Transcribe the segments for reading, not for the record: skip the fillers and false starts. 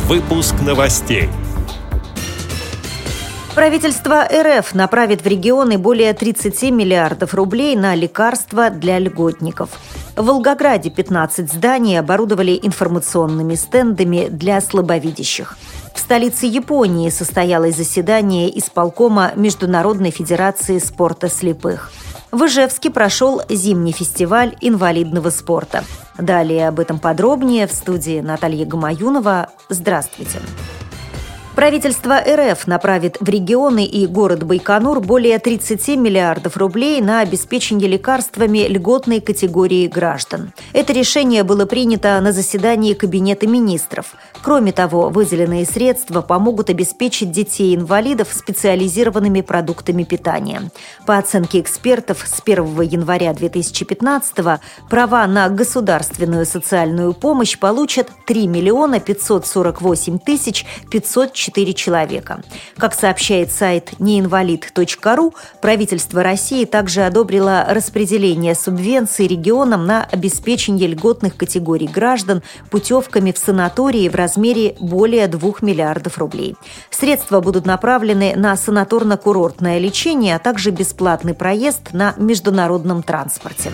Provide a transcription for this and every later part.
Выпуск новостей. Правительство РФ направит в регионы более 30 миллиардов рублей на лекарства для льготников. В Волгограде 15 зданий оборудовали информационными стендами для слабовидящих. В столице Японии состоялось заседание исполкома Международной федерации спорта слепых. В Ижевске прошел зимний фестиваль инвалидного спорта. Далее об этом подробнее в студии Наталья Гамаюнова. Здравствуйте. Правительство РФ направит в регионы и город Байконур более 30 миллиардов рублей на обеспечение лекарствами льготной категории граждан. Это решение было принято на заседании Кабинета министров. Кроме того, выделенные средства помогут обеспечить детей-инвалидов специализированными продуктами питания. По оценке экспертов, с 1 января 2015-го права на государственную социальную помощь получат 3 миллиона 548 тысяч 504 человека. Как сообщает сайт неинвалид.ру, правительство России также одобрило распределение субвенций регионам на обеспечение льготных категорий граждан путевками в санатории в размере более 2 миллиардов рублей. Средства будут направлены на санаторно-курортное лечение, а также бесплатный проезд на международном транспорте.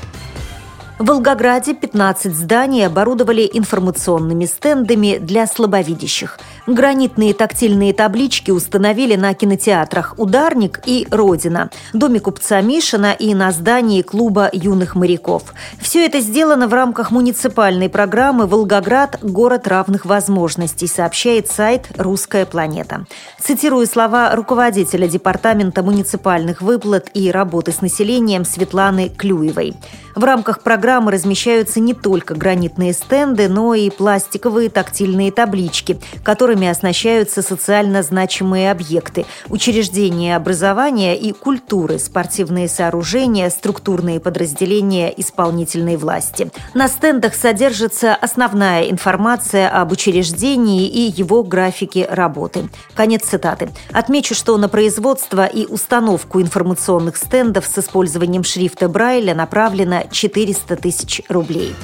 В Волгограде 15 зданий оборудовали информационными стендами для слабовидящих. Гранитные тактильные таблички установили на кинотеатрах «Ударник» и «Родина», доме купца Мишина и на здании клуба юных моряков. Все это сделано в рамках муниципальной программы «Волгоград. Город равных возможностей», сообщает сайт «Русская планета». Цитирую слова руководителя Департамента муниципальных выплат и работы с населением Светланы Клюевой. В рамках программы размещаются не только гранитные стенды, но и пластиковые тактильные таблички, которыми оснащаются социально значимые объекты, учреждения образования и культуры, спортивные сооружения, структурные подразделения исполнительной власти. На стендах содержится основная информация об учреждении и его графике работы. Конец цитаты. Отмечу, что на производство и установку информационных стендов с использованием шрифта Брайля направлено 400 тысяч рублей.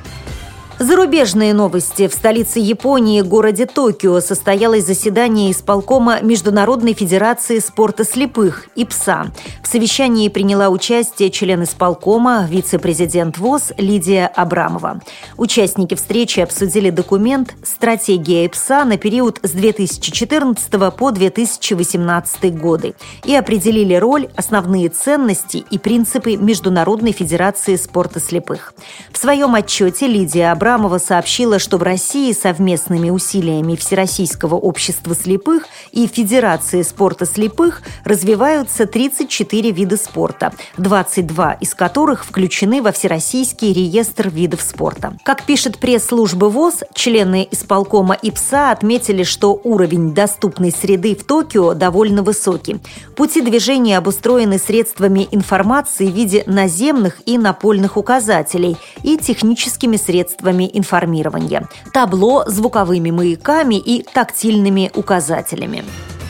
Зарубежные новости. В столице Японии, городе Токио, состоялось заседание исполкома Международной федерации спорта слепых ИПСА. В совещании приняла участие член исполкома, вице-президент ВОС Лидия Абрамова. Участники встречи обсудили документ «Стратегия ИПСА на период с 2014 по 2018 годы» и определили роль, основные ценности и принципы Международной федерации спорта слепых. В своем отчете Лидия Абрамова сообщила, что в России совместными усилиями Всероссийского общества слепых и Федерации спорта слепых развиваются 34 вида спорта, 22 из которых включены во Всероссийский реестр видов спорта. Как пишет пресс-служба ВОС, члены исполкома ИПСА отметили, что уровень доступной среды в Токио довольно высокий. Пути движения обустроены средствами информации в виде наземных и напольных указателей и техническими средствами информирования, табло, звуковыми маяками и тактильными указателями.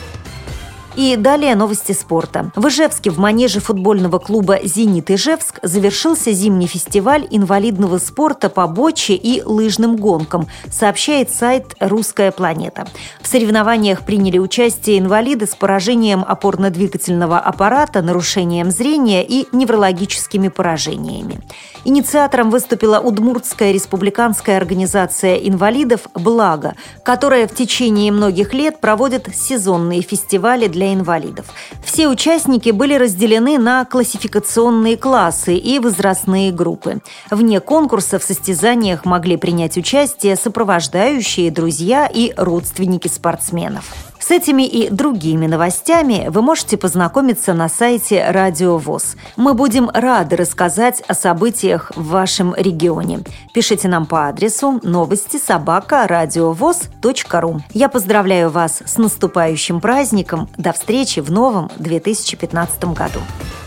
И далее новости спорта. В Ижевске в манеже футбольного клуба «Зенит Ижевск» завершился зимний фестиваль инвалидного спорта по боче и лыжным гонкам, сообщает сайт «Русская планета». В соревнованиях приняли участие инвалиды с поражением опорно-двигательного аппарата, нарушением зрения и неврологическими поражениями. Инициатором выступила Удмуртская республиканская организация инвалидов «Благо», которая в течение многих лет проводит сезонные фестивали для инвалидов. Все участники были разделены на классификационные классы и возрастные группы. Вне конкурса в состязаниях могли принять участие сопровождающие, друзья и родственники спортсменов. С этими и другими новостями вы можете познакомиться на сайте Радио ВОС. Мы будем рады рассказать о событиях в вашем регионе. Пишите нам по адресу новости@радиовос.ру. Я поздравляю вас с наступающим праздником. До встречи в новом 2015 году.